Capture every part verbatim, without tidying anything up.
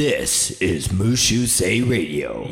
This is Mushu Say Radio.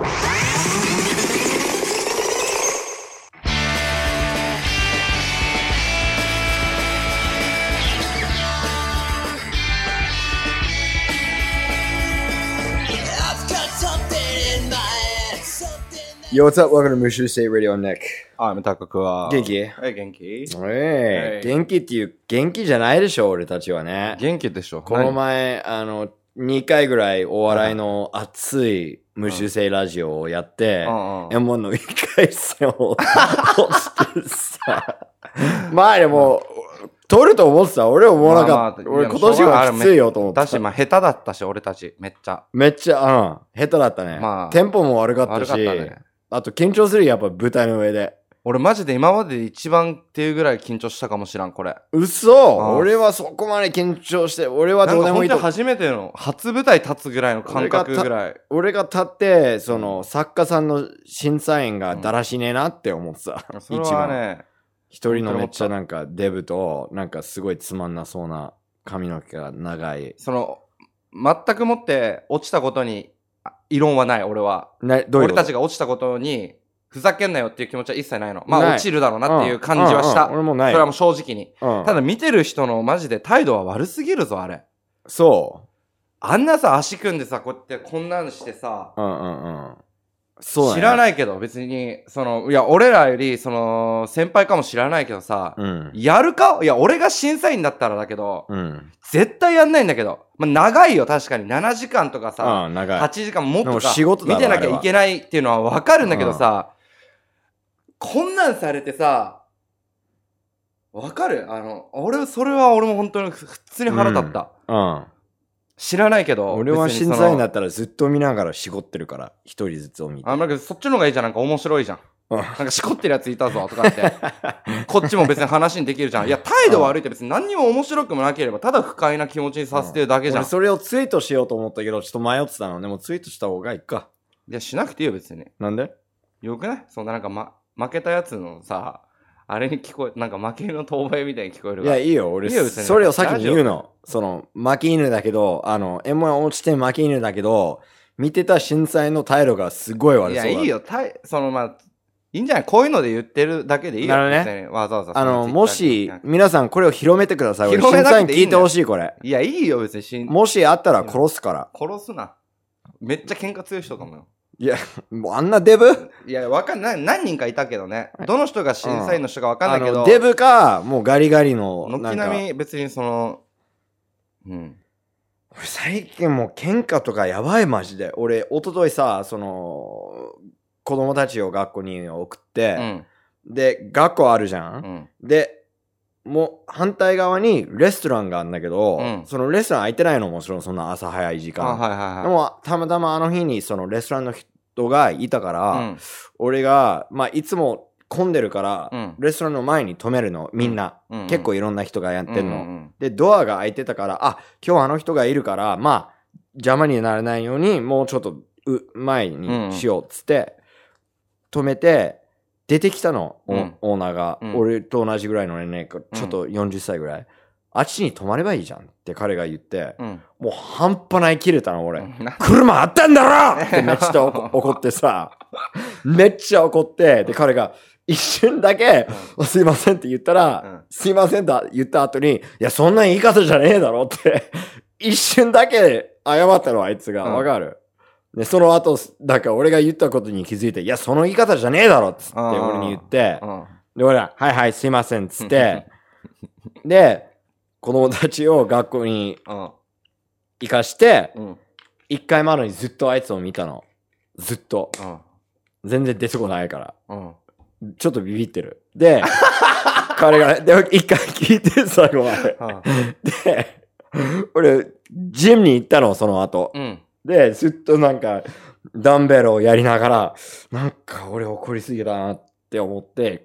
Yo, what's up? Welcome to Mushu Say Radio. I'm Nick. あ、メタククは。 元気？ はい、元気？ ええ、元気っていう、元気じゃないでしょ、俺たちはね。 元気でしょ。 この前、あの、にかいぐらいお笑いの熱い無修正ラジオをやって、エムワン のいっかい戦を落ちてさ。まあでも、取ると思ってた。俺思わなかった。まあまあ、俺今年はきついよと思ってた。 だし、まあ下手だったし、俺たち。めっちゃ。 めっちゃ、うん。下手だったね。まあ、テンポも悪かったし。悪かったね。あと緊張するやっぱ舞台の上で。 俺マジで今までで一番っていうぐらい緊張したかもしらん、これ。 嘘？俺はそこまで緊張して、俺はどうでもいいと。 なんか本当に初めての、初舞台立つぐらいの感覚ぐらい。 俺が立って、その、作家さんの審査員がだらしねえなって思ってた。 うん、それはね、 一人のめっちゃなんかデブと、なんかすごいつまんなそうな髪の毛が長い。 その、全くもって落ちたことに異論はない、俺は。 ね、どういうこと？ 俺たちが落ちたことに、ふざけんなよっていう気持ちは一切ないの。まあ落ちるだろうなっていう感じはした。 うんうんうん、俺もない。 それはもう正直に、うん。ただ見てる人のマジで態度は悪すぎるぞ、あれ。 そう。 あんなさ、足組んでさ、こうやってこんなんしてさ。 うんうんうん。そうだね。 知らないけど、別に、その、いや、俺らより、その、先輩かもしれないけどさ、うん、やるか？いや、俺が審査員だったらだけど、うん、絶対やんないんだけど、まあ、長いよ、確かに。ななじかんとかさ、 うん、長い。 はちじかんもっとか、 仕事だ見てなきゃいけないっていうのはわかるんだけどさ、うん、こんなんされてさ、わかる？あの、俺、それは俺も本当に普通に腹立った。うん。うん、知らないけど。 俺は審査員だったらずっと見ながら絞ってるから、一人ずつを見て。 あ、なんかそっちの方がいいじゃん。なんか面白いじゃん。なんかしこってるやついたぞとかって。こっちも別に話にできるじゃん。いや、態度悪いって別に何にも面白くもなければ、ただ不快な気持ちにさせてるだけじゃん。 俺それをツイートしようと思ったけど、ちょっと迷ってたの。でもツイートした方がいいか。 いや、しなくていいよ、別に。 なんで？ よくない？そんななんかま、負けたやつのさ、あれに聞こえ、なんか負けの遠吠えみたいに聞こえる。 いや、いいよ。俺、いいよそれを先に言うの。その、負け犬だけど、あの、エムワン 落ちて負け犬だけど、見てた審査員の態度がすごい悪そうだ。 いや、いいよ。たい、その、まあ、いいんじゃない？こういうので言ってるだけでいいよ。 なるね。 わざわざ。 あの、もし、皆さんこれを広めてください。俺、審査員聞いてほしい、これ。 いや、いいよ、別に。 もしあったら殺すから。 殺すな。めっちゃ喧嘩強い人かもよ。 いや、もうあんなデブ？ いや、わかんない。何人かいたけどね。どの人が審査員の人かわかんないけど。 デブか、もうガリガリの。 軒並み別にその、うん。 俺最近もう喧嘩とかやばいマジで。俺、一昨日さ、その、子供たちを学校に送って、うん、で、学校あるじゃん、うん、で、もう反対側にレストランがあるんだけど、うん、そのレストラン空いてないのもちろんそんな朝早い時間。 はいはいはい、 でもたまたまあの日にそのレストランの人がいたから、うん、俺が、まあいつも混んでるから、うん、レストランの前に止めるの、みんな。うん、結構いろんな人がやってんの、うんうん。で、ドアが開いてたから、あ、今日あの人がいるから、まあ邪魔にならないようにもうちょっと前にしようっつって、止めて、出てきたの、うん、オーナーが、うん、俺と同じぐらいの年齢か、ちょっとよんじゅっさいぐらい、うん、あっちに止まればいいじゃんって彼が言って、うん、もう半端ない切れたの俺、うん、車あったんだろってめっちゃ怒ってさめっちゃ怒ってで彼が一瞬だけ、うん、すいませんって言ったら、うん、すいませんって言った後にいやそんな言い方じゃねえだろって一瞬だけ謝ったのあいつが、わかる？で、その後、だから俺が言ったことに気づいて、いや、その言い方じゃねえだろっつって俺に言って、で、俺は、はいはい、すいませんっつって、で、子供たちを学校に行かして、一回前にずっとあいつを見たの。ずっと。全然出てこないから。ちょっとビビってる。で、彼が、で、一回聞いて、最後まで。で、俺、ジムに行ったの、その後。うんで、ずっとなんか、ダンベルをやりながら、なんか俺怒りすぎだなって思って、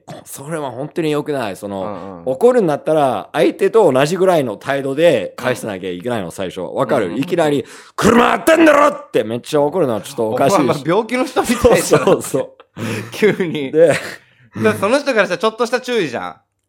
それは本当に良くない。その、うんうん、怒るんだったら、相手と同じぐらいの態度で返さなきゃいけないの、最初。わかる、うんうん、いきなり、車あってんだろってめっちゃ怒るのはちょっとおかしいし。お前病気の人みたいじゃん。 そうそうそう。 急に。で、その人からしたらちょっとした注意じゃん。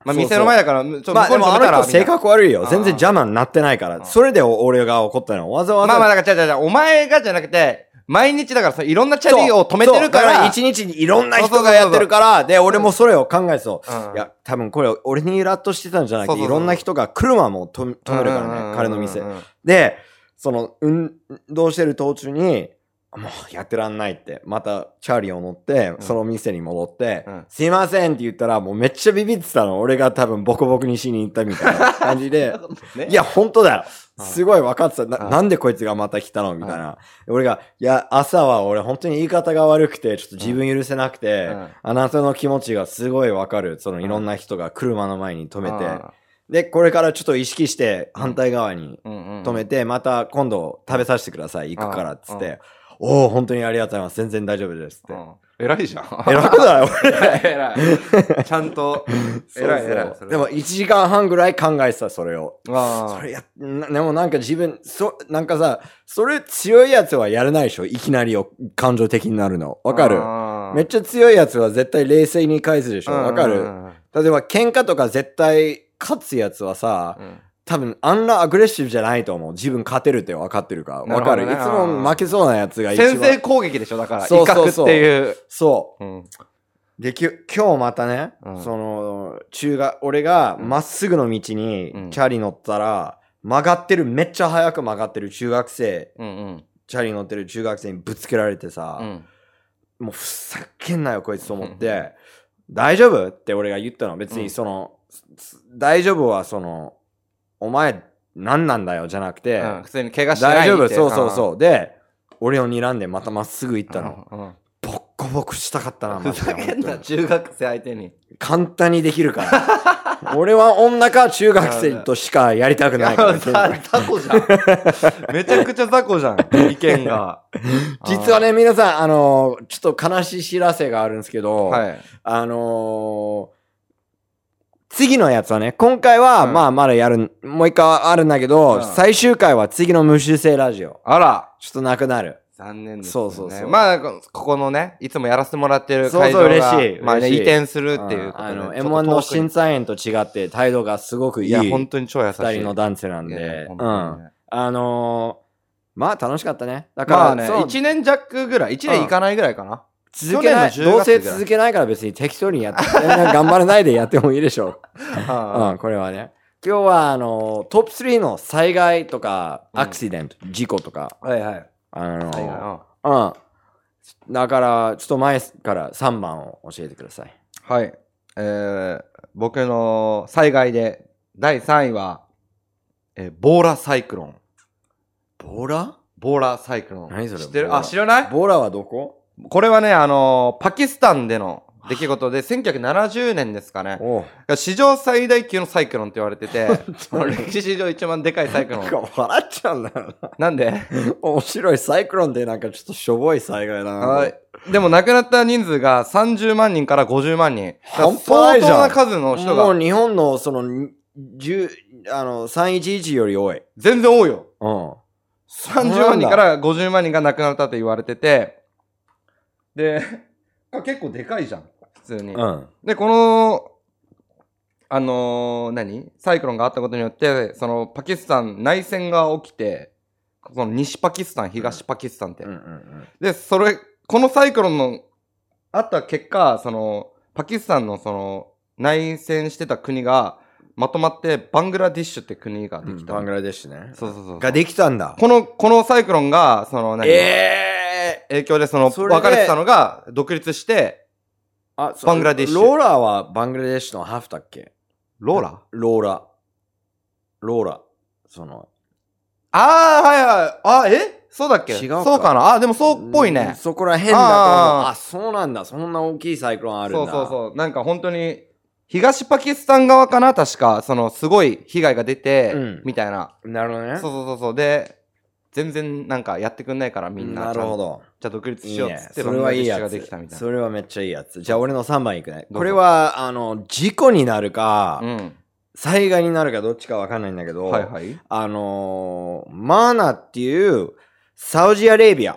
まあ店の前だから、ちょっとまあでもあの人性格悪いよ。全然邪魔になってないかあら。それで俺が怒ったの。わざわざ。 まあまあ、だから違う違う違う、お前がじゃなくて、毎日だからさ、いろんなチャリを止めてるから。 だから一日にいろんな人がやってるから、で、俺もそれを考えそう。いや、多分これ俺にイラッとしてたんじゃなくて、いろんな人が車も止めるからね、彼の店。で、その、運動してる途中に、もうやってらんないって、またチャーリーを乗って、その店に戻って、すいませんって言ったら、もうめっちゃビビってたの。俺が多分ボコボコにしに行ったみたいな感じで。いや、本当だよ。すごい分かってた。な、なんでこいつがまた来たのみたいな。俺が、いや、朝は俺本当に言い方が悪くて、ちょっと自分許せなくて、うん、あなたの気持ちがすごい分かる。そのいろんな人が車の前に止めて。うん、で、これからちょっと意識して反対側に止めて、また今度食べさせてください。行くからっつって。おお、本当にありがとうございます。全然大丈夫ですって。 偉いじゃん。 偉くない俺。 偉い。ちゃんと。偉い偉い。 でもいちじかんはんぐらい考えてた、それを。それや、でもなんか自分、そ、なんかさ、それ強いやつはやれないでしょ。いきなりよ感情的になるの。わかる？めっちゃ強いやつは絶対冷静に返すでしょ。わかる？例えば喧嘩とか絶対勝つやつはさ、うん、多分あんなアグレッシブじゃないと思う。自分勝てるって分かってるから。分かる、ね、いつも負けそうなやつが一番。 先制攻撃でしょだから。そうそうそう。威嚇っていう。 そう。うん、で、きゅ、今日またね、うん、その、中学、俺がまっすぐの道にチャリ乗ったら、曲がってる、めっちゃ速く曲がってる中学生、うんうん、チャリ乗ってる中学生にぶつけられてさ、うん、もうふざけんなよこいつと思って、うん、大丈夫って俺が言ったの。別にその、うん、大丈夫はその、お前何なんだよじゃなくて、うん、 普通に怪我しないって大丈夫、そうそうそう。で、俺を睨んでまたまっすぐ行ったの。うんうん、ボッコボコしたかったな、 ふざけんな、中学生相手に。 簡単にできるから。俺は女か中学生としかやりたくないから。 雑魚じゃん。めちゃくちゃ雑魚じゃん、意見が。 実はね、皆さん、あのー、ちょっと悲しい知らせがあるんですけど、はい、あのー、次のやつはね、今回は、まあまだやる、もう一回あるんだけど、うん、最終回は次の無修正ラジオ。 あら。 ちょっとなくなる。 残念ですね。 そうそうそう。 まあ、ここのね、いつもやらせてもらってる会場が、そうそう嬉しい。まあね、移転するっていうことで、うん、あの、 エムワン の審査員と違って態度がすごくいい。いや、 本当に超優しい。 二人の男性なんで。ね、うん。あのー、まあ楽しかったね。だから、 まあね、一年弱ぐらい、一年いかないぐらいかな。 続けない。どうせ続けないから別に適当にやって、頑張らないでやってもいいでしょう。うん、これはね。今日は、あの、トップスリーの災害とか、アクシデント、うん、事故とか。 はいはい。 あの、うん。だから、ちょっと前からさんばんを教えてください。 はい。えー、僕の災害で、だいさんいは、えー、ボーラサイクロン。 ボーラボーラサイクロン。 何それ知ってる？あ、知らない？ ボーラはどこ？ これはね、あのー、パキスタンでの出来事で、せんきゅうひゃくななじゅうねんですかね。史上最大級のサイクロンって言われてて、歴史史上一番でかいサイクロン。 なんか笑っちゃうんだよな。 なんで？ 面白い。サイクロンってなんかちょっとしょぼい災害だな。 はい。でも亡くなった人数がさんじゅうまんにんからごじゅうまんにん。 半端ないじゃん。 相当な数の人が。 もう日本のその、じゅう、あの、さんいちいちより多い。 全然多いよ。 うん。 さんじゅうまんにんからごじゅうまんにんが亡くなったと言われてて、で、結構でかいじゃん、普通に。うん、で、この、あのー、何サイクロンがあったことによって、そのパキスタン内戦が起きて、その西パキスタン、東パキスタンって。うんうんうん、で、それ、このサイクロンのあった結果、その、パキスタンのその、内戦してた国が、まとまってバングラディッシュって国ができた、 うん、バングラディッシュね。 そうそうそう。 ができたんだ。 この、このサイクロンが、その何、えー、影響でその、分かれてたのが独立して、 あ、 バングラディッシュ。 ローラはバングラディッシュのハーフだっけ？ ローラローラ。ローラ。その。 ああ、はいはい。あ、えそうだっけ？違うか。そうかなあ、でもそうっぽいね。 そこら辺だと思う。ああ、そうなんだ。そんな大きいサイクロンあるんだ。 そうそうそう。なんか本当に、東パキスタン側かな確か、その、すごい被害が出て、うん、みたいな。 なるほどね。 そうそうそうそう。で、全然なんかやってくんないからみんな。 なるほど。 じゃあ独立しようっつって、 それはいいやつ。 ができたみたいな。 それはめっちゃいいやつ。じゃあ俺のさんばんいくね。これは、あの、事故になるか、うん、災害になるかどっちかわかんないんだけど、はいはい。あのー、マーナっていう、サウジアレビア。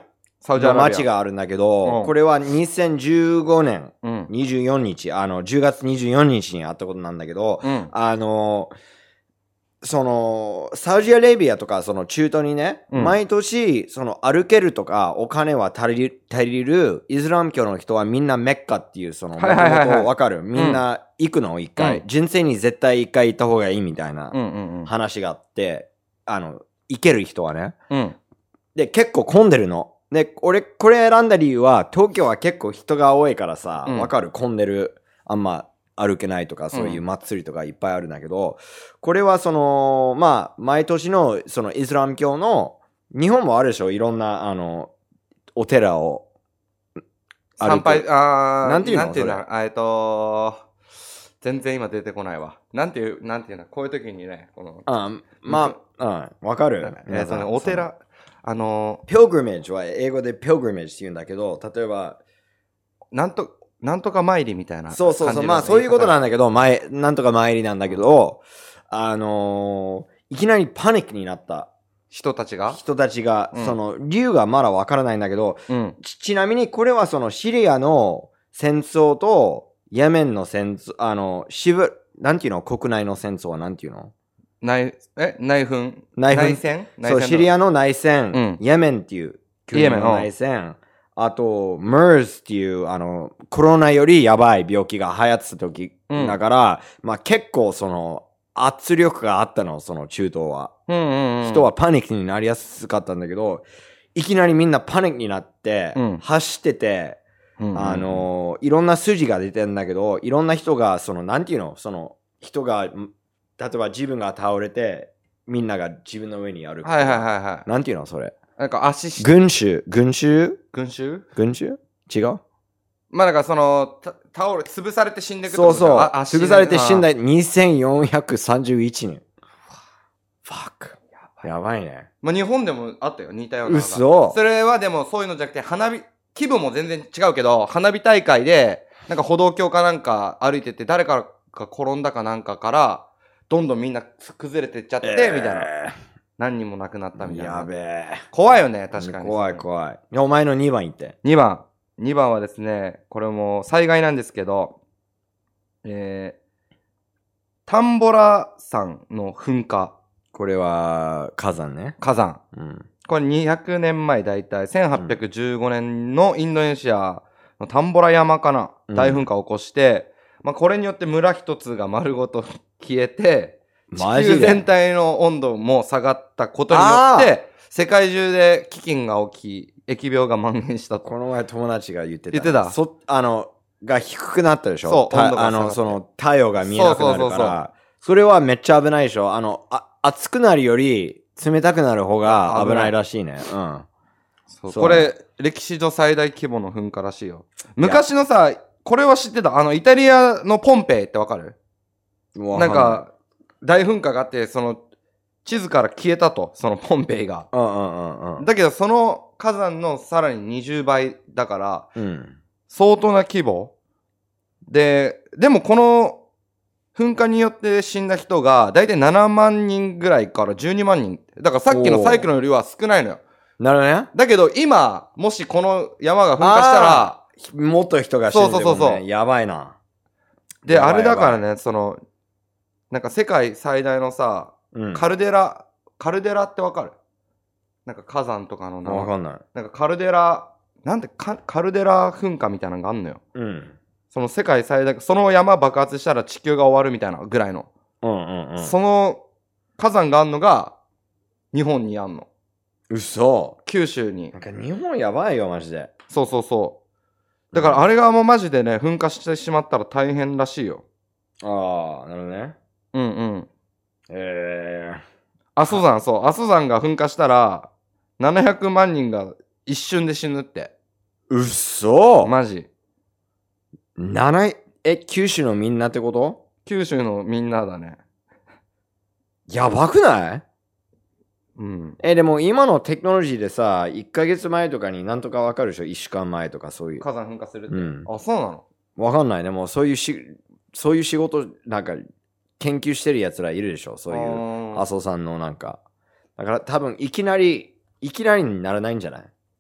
サウジアラビア街があるんだけど、 うん、 これはにせんじゅうごねん、 うん、 にじゅうよっか、あの、じゅうがつにじゅうよっかにあったことなんだけど、 うん、 あの、その、サウジアラビアとか、その中東にね、うん、毎年、その歩けるとか、お金は足り、足りる、イスラム教の人はみんなメッカっていう、その、 はいはいはいはい、 わかる、みんな行くの一回、うん、人生に絶対一回行った方がいいみたいな話があって、あの、行ける人はね。 うん、 で、結構混んでるの。で、俺、これ選んだ理由は、東京は結構人が多いからさ、わ、うん、かる、混んでる、あんま、歩けないとか、そういう祭りとかいっぱいあるんだけど、うん、これはその、まあ、毎年の、そのイスラム教の、日本もあるでしょ、いろんな、あの、お寺を、 参拝、あー、 なんていうのなんていうのえっと、全然今出てこないわ。なんていう、なんていうのこういう時にね、この。 あまあ、うん、わかる。 えっとね、お寺、あの、 pilgrimage は英語で pilgrimage って言うんだけど、例えば、 なんと、なんとか参りみたいな。 そうそうそう。まあそういうことなんだけど、前、なんとか参りなんだけど、あのー、いきなりパニックになった。 人たちが人たちが、うん、その、理由がまだわからないんだけど、 うん、 ち、ちなみにこれはそのシリアの戦争と、イエメンの戦争、あの、シブ、なんていうの国内の戦争はなんていうの内、え内紛内紛内戦そう、シリアの内戦、うん、イエメンっていう国の内戦、あと、MERS っていう、あの、コロナよりやばい病気が流行ってた時だから、うん、まあ結構その、圧力があったの、その中東は、 うんうんうん。 人はパニックになりやすかったんだけど、いきなりみんなパニックになって、うん、走ってて、うんうんうん、あの、いろんな筋が出てんだけど、いろんな人が、その、なんていうのその、人が、例えば自分が倒れて、みんなが自分の上に歩く。 はいはいはいはい。 なんていうのそれ。 なんか足し、 群衆群衆群衆群衆違うまあだからその、倒れ、潰されて死んでいくってことそうそう。潰されて死んだにせんよんひゃくさんじゅういちねん。ファック。やばいね。 まあ日本でもあったよ、似たような。 嘘それはでもそういうのじゃなくて、花火、規模も全然違うけど、花火大会で、なんか歩道橋かなんか歩いてて、誰かが転んだかなんかから、どんどんみんな崩れてっちゃって、えー、みたいな。何人も亡くなったみたいな。 やべえ。 怖いよね、確かに。 怖い怖い。お前のにばん言って。 にばん。にばんはですね、これも災害なんですけど、えー、タンボラ山の噴火。 これは火山ね。 火山。 うん。 これにひゃくねんまえだいたいせんはっぴゃくじゅうごねんのインドネシアのタンボラ山かな、うん、大噴火を起こして、まあこれによって村一つが丸ごと消えて、地球全体の温度も下がったことによって、世界中で飢饉が起き、疫病が蔓延したと。 この前友達が言ってた。 言ってた。 そ、あの、が低くなったでしょそう、温度があの、その、太陽が見えなくなるから。そうそうそうそう。それはめっちゃ危ないでしょあの、あ、熱くなるより冷たくなる方が危ないらしいね。うん。 そう。これ、歴史上最大規模の噴火らしいよ。昔のさ、これは知ってたあの、イタリアのポンペイってわかる？なんか、大噴火があって、その、地図から消えたと、そのポンペイが。 うんうんうんうん。 だけど、その火山のさらににじゅうばいだから、 うん、 相当な規模。で、でもこの噴火によって死んだ人が、だいたいななまんにんぐらいからじゅうにまんにん。だからさっきのサイクロンよりは少ないのよ。 なるほどね。 だけど今、もしこの山が噴火したら、 もっと人が死んでる、ね。そうそうそうそう。やばいな。 で、あれだからね、その、なんか世界最大のさ、うん、カルデラ、カルデラってわかる？なんか火山とかの名前。 わかんない。 なんかカルデラ、なんてカ、カルデラ噴火みたいなのがあんのよ。 うん。 その世界最大、その山爆発したら地球が終わるみたいなぐらいの。 うんうんうん。 その火山があんのが、日本にあんの。 嘘。 九州に。 なんか日本やばいよ、マジで。 そうそうそう。だからあれがもうマジでね、噴火してしまったら大変らしいよ。 ああ、なるほどね。 うんうん。 えー。 阿蘇山、そう。阿蘇山が噴火したら、ななひゃくまんにんが一瞬で死ぬって。 うっそマジ。 なな、え、九州のみんなってこと？ 九州のみんなだね。 やばくない？ うん。 え、でも今のテクノロジーでさ、いっかげつまえとかになんとかわかるでしょ？いっしゅうかんまえとかそういう。 火山噴火するって。 うん、 あ、そうなの？ わかんないね。もうそういうし、そういう仕事、なんか、研究してる奴らいるでしょ？そういう、阿蘇山のなんか。だから多分いきなり、いきなりにならないんじゃない？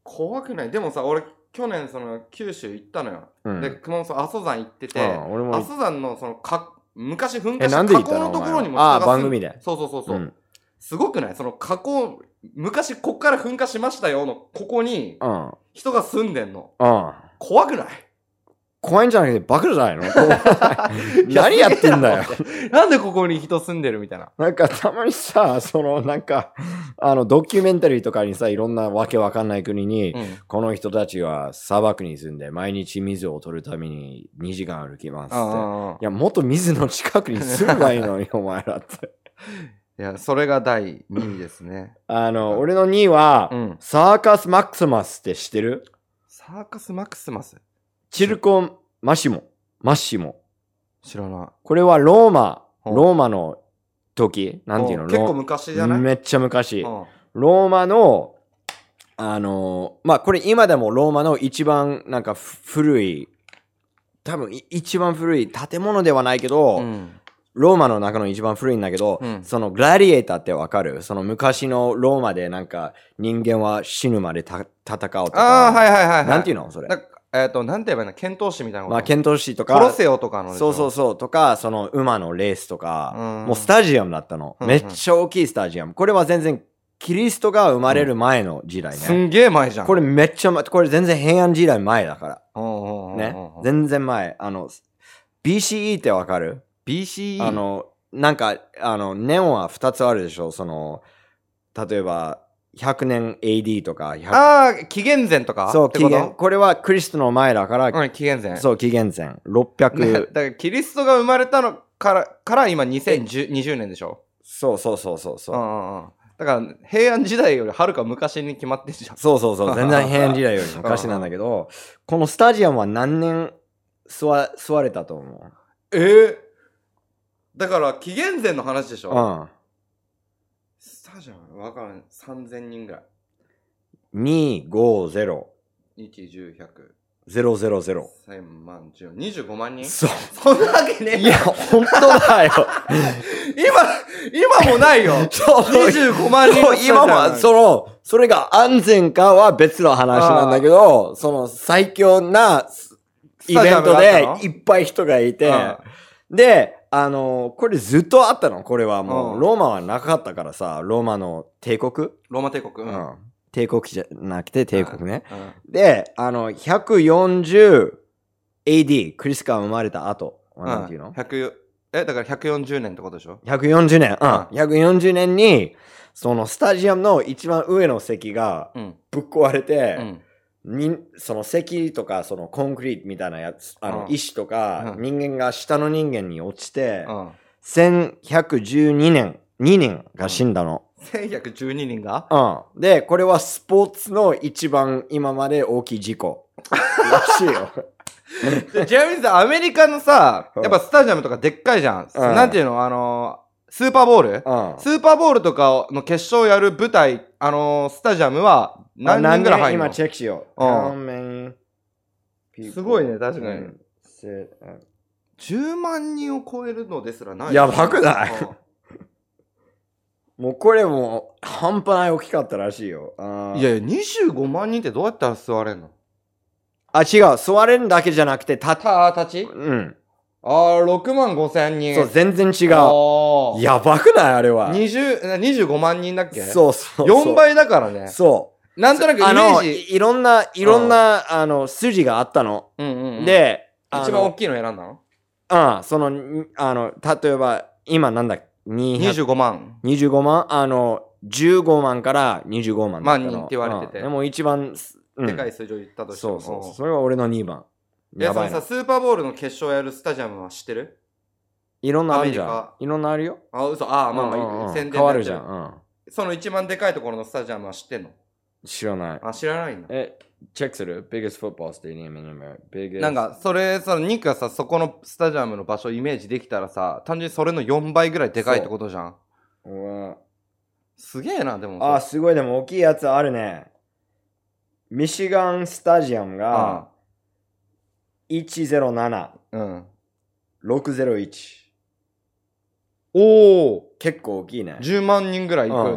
怖くない？でもさ、俺去年その九州行ったのよ、うん、で熊本阿蘇山行ってて、阿蘇山のそのか昔噴火した火口のところにも人が住んで、 番組でそうそうそうそう、うん、すごくない？その火口昔こっから噴火しましたよのここに人が住んでんの、うん、怖くない？ 怖いんじゃなくてバカじゃないの？何やってんだよ。 なんでここに人住んでるみたいな。 なんかたまにさ、そのなんか、あのドキュメンタリーとかにさ、いろんなわけわかんない国に、うん、この人たちは砂漠に住んで毎日水を取るためににじかん歩きますって。いや、もっと水の近くに住めばいいのに、お前らって。 いや、それがだいにいですね。 あの、俺のにいは、うん、サーカスマクシマスって知ってる？ サーカスマクシマス？ チルコマシモ。マッシモ。 知らない。 これはローマ、ローマの時、なんていうの？ 結構昔じゃない？ めっちゃ昔。ローマの、あのー、まあ、これ今でもローマの一番なんか古い、多分一番古い建物ではないけど、うん、ローマの中の一番古いんだけど、うん、そのグラディエーターってわかる？その昔のローマでなんか人間は死ぬまでた戦うとか。 ああ、はいはいはい、はい。 なんていうのそれ。 えっと、なんて言えばいいの？剣闘士みたいなこと。 まあ、剣闘士とか。 コロセオとかの。 そうそうそう。とか、その馬のレースとか、もうスタジアムだったの。めっちゃ大きいスタジアム。これは全然、キリストが生まれる前の時代ね。 すんげえ前じゃん。 これめっちゃ前、これ全然平安時代前だから。ね。全然前。あの、ビーシーイー ってわかる？ ビーシーイー？ あの、なんか、あの、ネオンはふたつあるでしょ。その、例えば、ひゃくねん エーディー とか。 ああ、紀元前とか？ そう、紀元。これはクリストの前だから。 うん、紀元前。 そう、紀元前。ろっぴゃく。 ね、だからキリストが生まれたのから、から今にせんにじゅうねんでしょ？ そうそうそうそうそう。 うんうん。だから平安時代よりはるか昔に決まってんじゃん。 そうそうそう。全然平安時代より昔なんだけど、このスタジアムは何年座、座れたと思う？ えー、だから紀元前の話でしょ？うん。スタジアムわからん。さんぜんにんぐらい。 に、ご、ゼロ。 いち、じゅう、ひゃく。 ゼロゼロゼロ。 千万、十、にじゅうごまん人？ そう。 そんなわけねえ。 いや、ほんとだよ。 今、今もないよ。そう。にじゅうごまん人。 今は、その、それが安全かは別の話なんだけど、その最強なイベントでいっぱい人がいて、で、あの、これずっとあったの。これはもう、ローマはなかったからさ、ローマの帝国？ ローマ帝国？うん。 帝国じゃなくて帝国ね。うん、で、あの、ひゃくよんじゅうエーディー、クリスが生まれた後。なんていうの？ ひゃく、え、だからひゃくよんじゅうねんってことでしょ？ ひゃくよんじゅうねん。うん。ひゃくよんじゅうねんに、そのスタジアムの一番上の席がぶっ壊れて、うん、にその席とか、そのコンクリートみたいなやつ、あの、石とか、人間が下の人間に落ちて、うん、せんひゃくじゅうにねん、にねんが死んだの。 せんひゃくじゅうににんが？ うん。で、これはスポーツの一番今まで大きい事故。らしいよ。 でちなみにさ、アメリカのさ、やっぱスタジアムとかでっかいじゃん。うん、なんていうの？あのー、スーパーボール、うん、スーパーボールとかの決勝やる舞台、あのー、スタジアムは何人ぐらい入るの？ 今チェックしよう。 うん、すごいね、確かに。うん、じゅうまん人を超えるのですらない。 やばくない？もうこれも半端ない大きかったらしいよ。 あいやいや、にじゅうごまん人ってどうやったら座れんの？ あ、違う。座れるだけじゃなくて、 た、た、立ち？ うん。 あー、ろくまんごせんにん。 そう、全然違う。やばくないあれは。 にじゅう、にじゅうごまん人だっけ？ そうそうそう。 よんばいだからね。 そう。 なんとなくイメージ。 い, いろんな、いろんな、あの、筋があったの。 うんうんうん、 で、 一番大きいの選んだの？ ああ、その、あの、例えば、今なんだっけ？ にじゅうごまん。 にじゅうごまん？あの、じゅうごまんからにじゅうごまんだったの。 万人って言われてて。 うん、でも一番、 うん、でかい数字を言ったとしても。 そうそう。それは俺のにばん。 いや、そのさ、スーパーボールの決勝やるスタジアムは知ってる？ いろんなあるじゃん。いろんなあるよ。 あ、嘘。ああ、まあまあ、うんうん、宣伝変わるじゃん。うん。 その一番でかいところのスタジアムは知ってんの？ 知らない。 あ、知らないんだ。 え、チェックする？ biggest football stadium in America。 なんか、それ、そのニックがさ、そこのスタジアムの場所をイメージできたらさ、単純にそれのよんばいぐらいでかいってことじゃん。 うわ。 すげえな、でも。 あ、すごい。でも大きいやつあるね。ミシガンスタジアムが、いちぜろなな。うん。ろくぜろいち。 おー。 結構大きいね。 じゅうまん人ぐらい行くんだ。うん、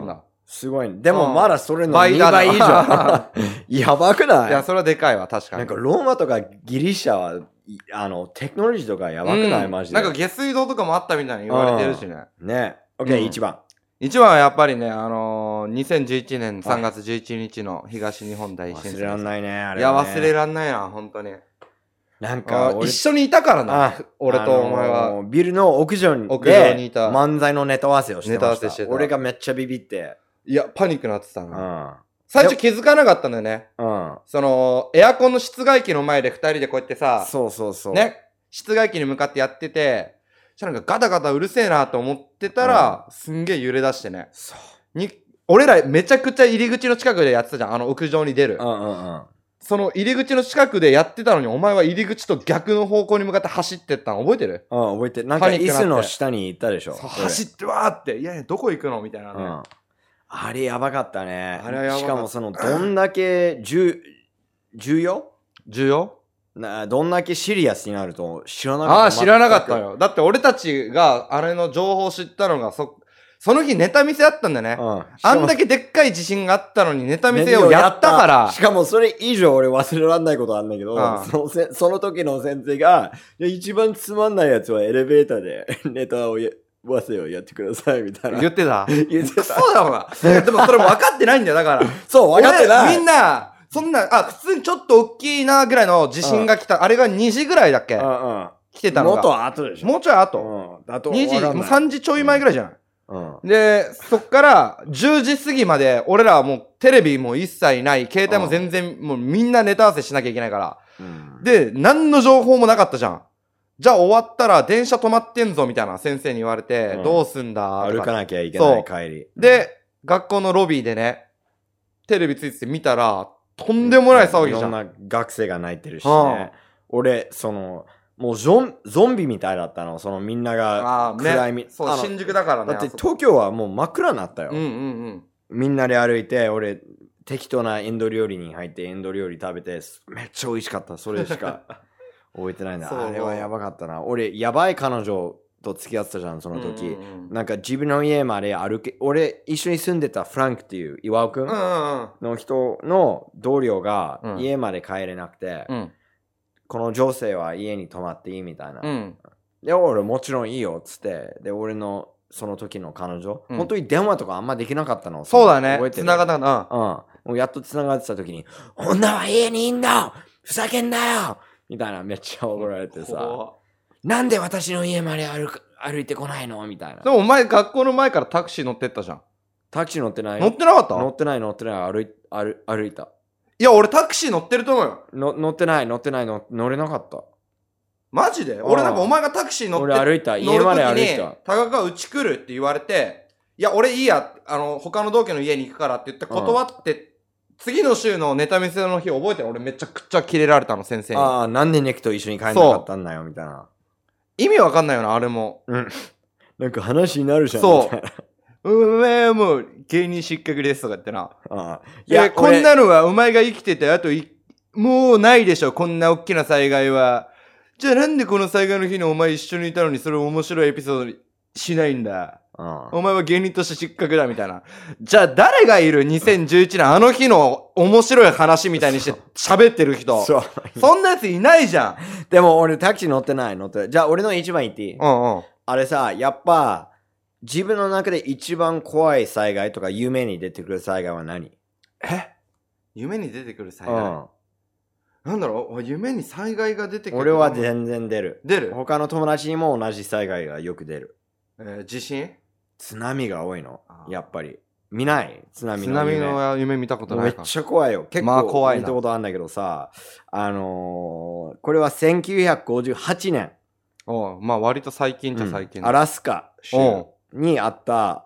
すごい、ね。でもまだそれのにばい以上。やばくない？ いや、それはでかいわ、確かに。 なんかローマとかギリシャは、あの、テクノロジーとかやばくない、うん、マジで。 なんか下水道とかもあったみたいに言われてるしね。 ね。オッケー、いちばん。 いちばんはやっぱりね、あのー、にせんじゅういちねんさんがつじゅういちにちの東日本大震災。 忘れらんないね、あれ、ね。 いや、忘れらんないな、本当に。 なんか、 一緒にいたからな、俺とお前は。 あのー、ビルの屋上にいた漫才のネタ合わせをしてました。ネタ合わせしてた。俺がめっちゃビビって。 いや、パニックなってたな。うん。最初気づかなかったんだよね。うん。その、エアコンの室外機の前で二人でこうやってさ、 そうそうそう。 ね、室外機に向かってやってて、そしたらなんかガタガタうるせえなと思ってたら、うん、すんげえ揺れ出してね。そう。に、俺らめちゃくちゃ入り口の近くでやってたじゃん。あの屋上に出る。うんうんうん。その入り口の近くでやってたのに、お前は入り口と逆の方向に向かって走ってったの覚えてる？ うん、覚えてる。なんか椅子の下に行ったでしょ。 走ってわーって、いやいや、どこ行くのみたいなね。うん。 あれやばかったね。 あれはやばかった。 しかもその、どんだけ重、重要重要な、どんだけシリアスになると知らなかった。 ああ、知らなかったよ。だって俺たちがあれの情報を知ったのが、そ、その日ネタ見せあったんだよね。うん。あんだけでっかい地震があったのにネタ見せをやったから。 しかもそれ以上俺忘れらんないことあんだけど、うん、そのせ、その時の先生が、いや一番つまんないやつはエレベーターでネタをや、わせをやってくださいみたいな。 言ってた言ってた。 そうだもんな。でもそれも分かってないんだよ、だから。 そう、分かってない。 みんな、そんな、あ、普通にちょっと大きいなぐらいの地震が来た。うん、あれがにじぐらいだっけ？うんうん。来てたのが。 もっと後でしょ。 もうちょい後。うん。あとにじ、もうさんじちょい前ぐらいじゃない？ うん。 で、そっからじゅうじ過ぎまで、俺らはもうテレビも一切ない、携帯も全然、もうみんなネタ合わせしなきゃいけないから。うん。で、何の情報もなかったじゃん。じゃあ終わったら電車止まってんぞみたいな先生に言われて、うん、どうすんだ歩かなきゃいけない帰り。 で、学校のロビーでね、テレビついてて見たら、とんでもない騒ぎじゃん。 いろんな学生が泣いてるしね。うん、俺、その、もうゾン、ゾンビみたいだったの。そのみんなが暗いみ、 ね、そう、新宿だからね。 だって東京はもう真っ暗になったよ。 うんうんうん。 みんなで歩いて、俺、適当なインド料理に入ってインド料理食べて、めっちゃ美味しかった。それしか。覚えてないんだ。あれはやばかったな。俺、やばい彼女と付き合ってたじゃん、その時。うんうんうん、なんか自分の家まで歩け、俺、一緒に住んでたフランクっていう岩尾くんの人の同僚が家まで帰れなくて、うん、この女性は家に泊まっていいみたいな。うん、で、俺、もちろんいいよ、つって。で、俺のその時の彼女、うん、本当に電話とかあんまできなかったの。 そうだね。繋がったな。 うん。もうやっと繋がってた時に、女は家にいんのふざけんなよみたいなめっちゃ怒られてさ、なんで私の家まで歩く、歩いてこないのみたいな。 でもお前学校の前からタクシー乗ってったじゃん。 タクシー乗ってない。 乗ってなかった？ 乗ってない乗ってない。歩い、歩、歩いた。 いや、俺タクシー乗ってると思うよ。 の乗ってない乗ってないの乗れなかった。 マジで？俺なんかお前がタクシー乗って、 俺歩いた。家まで歩いた。 タカがうち来るって言われて、いや、俺いいや、あの、他の同居の家に行くからって言って断って、うん、次の週のネタ見せの日覚えてる？俺めちゃくちゃキレられたの、先生に。 ああ、なんでネクと一緒に帰んなかったんだよ、みたいな。 意味わかんないよな、あれも。 うん。なんか話になるじゃん。 そう。お前はもう芸人失格ですとか言ってな。ああ。いや、こんなのはお前が生きてて、あとい、もうないでしょ、こんな大きな災害は。じゃあなんでこの災害の日にお前一緒にいたのにそれを面白いエピソードにしないんだ。うん、お前は芸人として失格だみたいな。じゃあ誰がいるにせんじゅういちねんあの日の面白い話みたいにして喋ってる人。そう。そんなやついないじゃん。 でも俺タクシー乗ってない乗ってない。じゃあ俺の一番言っていい？ うんうん。 あれさ、やっぱ自分の中で一番怖い災害とか夢に出てくる災害は何？ え？夢に出てくる災害？うん。なんだろう夢に災害が出てくる。 俺は全然出る。 出る？ 他の友達にも同じ災害がよく出る。 えー、地震？ 津波が多いの。やっぱり。見ない津波の夢。津波の夢見たことないか。 めっちゃ怖いよ。結構怖い見たことあるんだけどさ、あのー、これはせんきゅうひゃくごじゅうはちねん。 おまあ割と最近じゃ最近、 うん、アラスカ州にあった、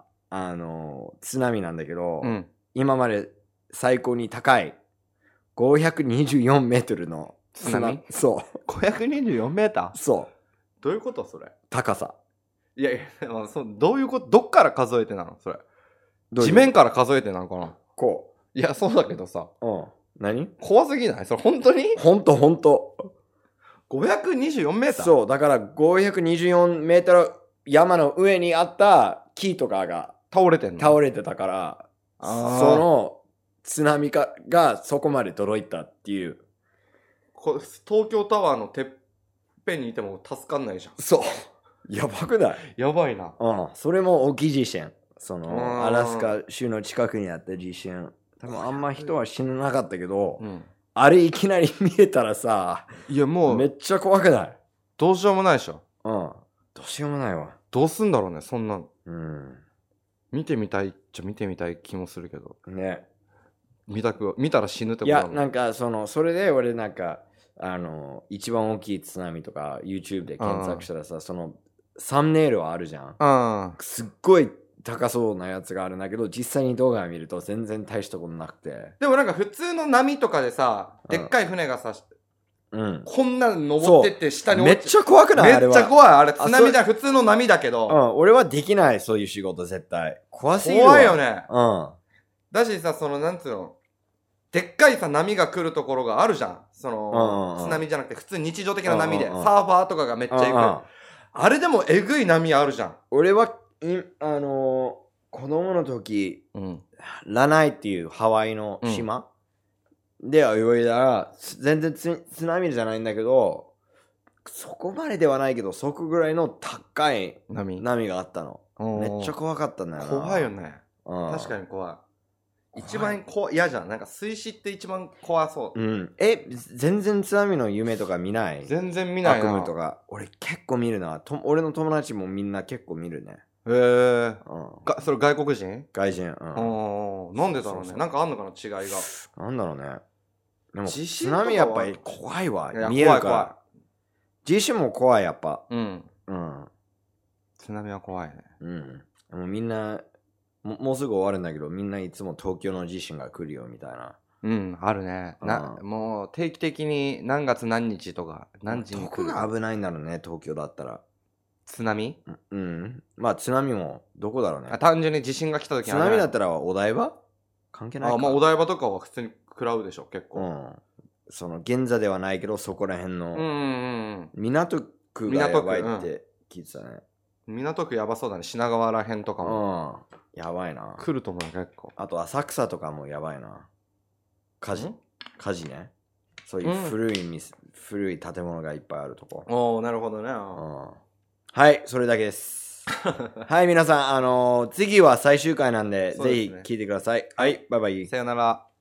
あのー、津波なんだけど、うん、今まで最高に高いごひゃくにじゅうよんメートルの津波。 そう。 ごひゃくにじゅうよんメーター？ そう。 どういうことそれ？ 高さ。 いやいや、まあ、そうどういうことどっから数えてなのそれ。地面から数えてなのかなこう。いや、そうだけどさ。 うん。何？ 怖すぎないそれ本当に？ 本当本当。 ごひゃくにじゅうよんメーター？ そう。だからごひゃくにじゅうよんメートル山の上にあった木とかが倒れてんの？ 倒れてたから。 その津波かがそこまで届いたっていう。 こ東京タワーのてっぺんにいても助かんないじゃん。 そうやばくない？ やばいな。 うん。それも大きい地震。そのアラスカ州の近くにあった地震。多分あんま人は死ななかったけど、うん、あれいきなり見えたらさ、 いやもうめっちゃ怖くない？ どうしようもないでしょ。 うん。どうしようもないわ。 どうすんだろうね、そんなの。 うん。 見てみたいっちゃ見てみたい気もするけど。 ね。 見たく、見たら死ぬってことだもん。いや、なんかその、それで俺なんか、あの、一番大きい津波とか YouTube で検索したらさ、その、サムネイルはあるじゃん。すっごい高そうなやつがあるんだけど、実際に動画を見ると全然大したことなくて。 でもなんか普通の波とかでさ、でっかい船がさ、 うん、 こんなの登ってって下に落ちてめっちゃ怖くない？ めっちゃ怖い。あれ津波じゃ普通の波だけど。 うん、俺はできない、そういう仕事絶対。怖すぎるわ。 怖いよね。 うん。 だしさ、そのなんつうの、でっかいさ波が来るところがあるじゃん。その、うんうんうん、津波じゃなくて普通に日常的な波で、うんうんうん、サーファーとかがめっちゃ行く。うんうん、あれでもえぐい波あるじゃん。 俺は、いあのー、子供の時、うん、ラナイっていうハワイの島、うん、で泳いだら、全然津波じゃないんだけど、そこまでではないけど、そこぐらいの高い 波, 波があったの。めっちゃ怖かったんだよな。 怖いよね。うん、確かに怖い。一番嫌じゃん。なんか水死って一番怖そう。 うん。え、全然津波の夢とか見ない？ 全然見ないな。 悪夢とか。俺結構見るな。と俺の友達もみんな結構見るね。 へえ、うん。が、それ外国人？ 外人。 うん。なんでだろうね。そうそうそう、なんかあんのかな違いが。 なんだろうね。でも津波やっぱり怖いわ。見えるから。怖い怖い。地震も怖いやっぱ。うん。うん。 津波は怖いね。 うん。もうみんな。も, もうすぐ終わるんだけど、みんないつも東京の地震が来るよみたいな。 うん、あるね。な、うん、もう定期的に何月何日とか何時に来る。 どこが危ないんだろうね、東京だったら。 津波？ うん。まあ津波もどこだろうね。 あ、単純に地震が来た時は、ね、津波だったらお台場？関係ないか。 あ、まあお台場とかは普通に食らうでしょ、結構。うん。 その現座ではないけど、そこら辺の。うんうんうん。港区がやばいって聞いてたね。 うん、港区やばそうだね。品川ら辺とかも。 うん。やばいな。 来ると思うよ結構。 あと浅草とかもやばいな。火事火事ね。そういう古い、うん、古い建物がいっぱいあるとこ。 おー、なるほどね。うん、 はい、それだけです。はい、皆さん、あのー、次は最終回なんで、ね、ぜひ聞いてください。はい、バイバイ。 さよなら。